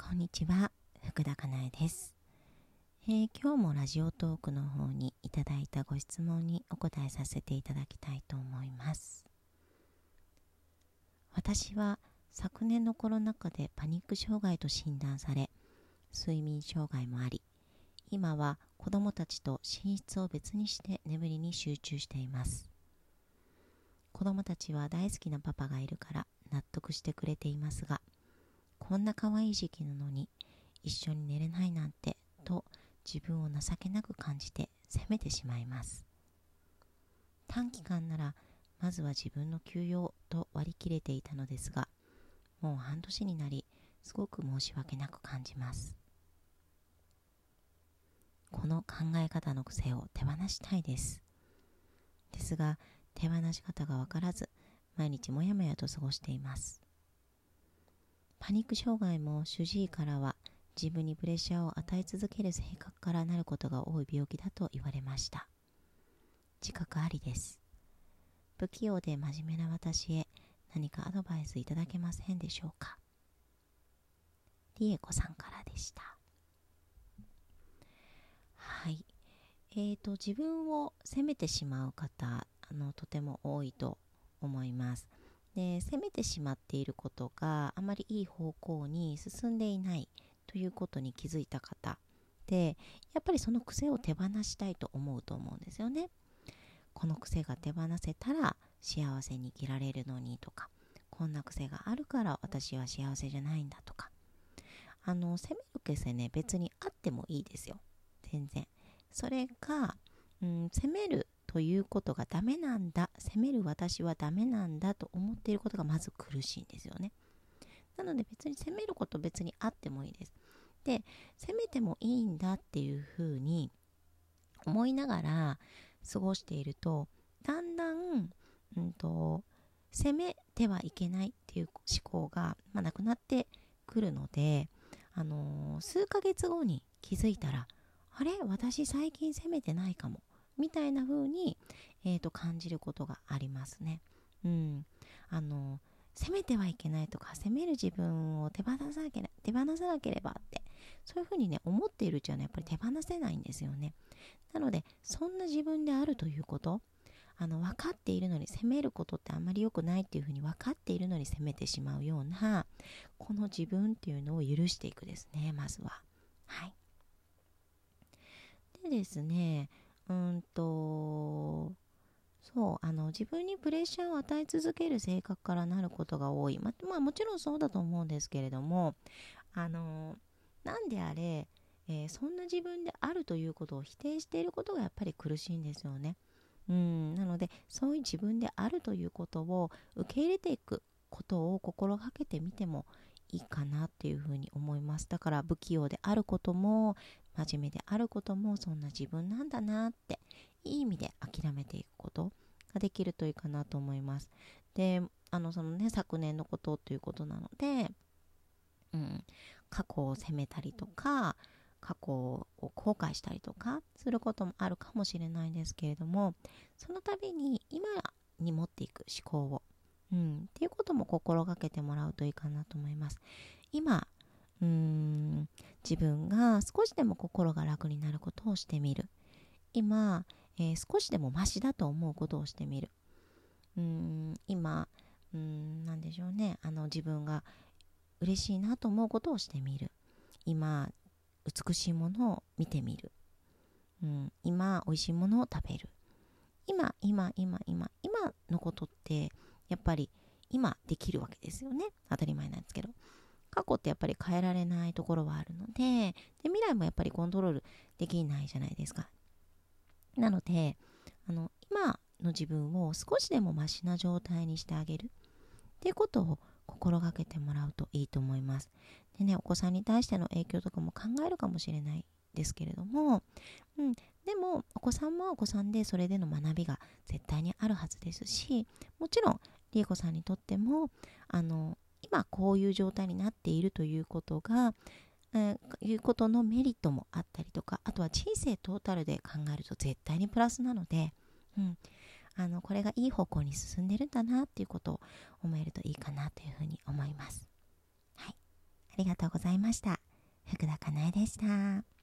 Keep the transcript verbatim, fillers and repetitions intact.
こんにちは、福田かなえです、えー、今日もラジオトークの方にいただいたご質問にお答えさせていただきたいと思います。私は昨年のコロナ禍でパニック障害と診断され、睡眠障害もあり、今は子どもたちと寝室を別にして眠りに集中しています。子どもたちは大好きなパパがいるから納得してくれていますが、こんな可愛い時期なのに一緒に寝れないなんてと自分を情けなく感じて責めてしまいます。短期間ならまずは自分の休養と割り切れていたのですが、もう半年になりすごく申し訳なく感じます。この考え方の癖を手放したいです。ですが手放し方がわからず、毎日もやもやと過ごしています。パニック障害も主治医からは自分にプレッシャーを与え続ける性格からなることが多い病気だと言われました。自覚ありです。不器用で真面目な私へ何かアドバイスいただけませんでしょうか。りえこさんからでした。はい。えーと、自分を責めてしまう方、あのとても多いと思います。で、責めてしまっていることがあまりいい方向に進んでいないということに気づいた方で、やっぱりその癖を手放したいと思うと思うんですよね。この癖が手放せたら幸せに生きられるのにとか、こんな癖があるから私は幸せじゃないんだとか、あの責める癖ね、別にあってもいいですよ、全然。それが、うん、責めるということがダメなんだ、責める私はダメなんだと思っていることがまず苦しいんですよね。なので別に責めること別にあってもいいです。で、責めてもいいんだっていうふうに思いながら過ごしていると、だんだん、うんと、責めてはいけないっていう思考が、まあ、なくなってくるので、あのー、数ヶ月後に気づいたら、あれ私最近責めてないかもみたいな風に、えーと、感じることがありますね。うん。あのー、責めてはいけないとか、責める自分を手放さなければ、手放さなければって、そういう風にね、思っているうちはね、やっぱり手放せないんですよね。なので、そんな自分であるということ、あの分かっているのに責めることってあんまり良くないっていうふうに分かっているのに責めてしまうような、この自分っていうのを許していくですね、まずは。はい。でですね、うんと、そう、あの自分にプレッシャーを与え続ける性格からなることが多い。ま、まあもちろんそうだと思うんですけれども、あの、なんであれ、えーそんな自分であるということを否定していることがやっぱり苦しいんですよね。うん、なのでそういう自分であるということを受け入れていくことを心がけてみてもいいかなっていうふうに思います。だから不器用であることも真面目であることもそんな自分なんだなって、いい意味で諦めていくことができるといいかなと思います。で、あのそのね、昨年のことということなので、うん、過去を責めたりとか過去を後悔したりとかすることもあるかもしれないんですけれども、その度に今に持っていく思考を、うん、っていうことも心がけてもらうといいかなと思います。今、うーん、自分が少しでも心が楽になることをしてみる。今、えー少しでもマシだと思うことをしてみる。うーん、今、うーん、なんでしょうね。あの自分が嬉しいなと思うことをしてみる。今、美しいものを見てみる。うん、今、美味しいものを食べる。今、今、今、今、今のことって、やっぱり今できるわけですよね。当たり前なんですけど。過去ってやっぱり変えられないところはあるので、で、未来もやっぱりコントロールできないじゃないですか。なので、あの、今の自分を少しでもマシな状態にしてあげるっていうことを心がけてもらうといいと思います。でね、お子さんに対しての影響とかも考えるかもしれないですけれども、うん、でもお子さんもお子さんでそれでの学びが絶対にあるはずですし、もちろんりえこさんにとってもあの今こういう状態になっているということが、えーいうことのメリットもあったりとか、あとは人生トータルで考えると絶対にプラスなので、うん、あのこれがいい方向に進んでるんだなっていうことを思えるといいかなというふうに思います。はい、ありがとうございました。福田かなえでした。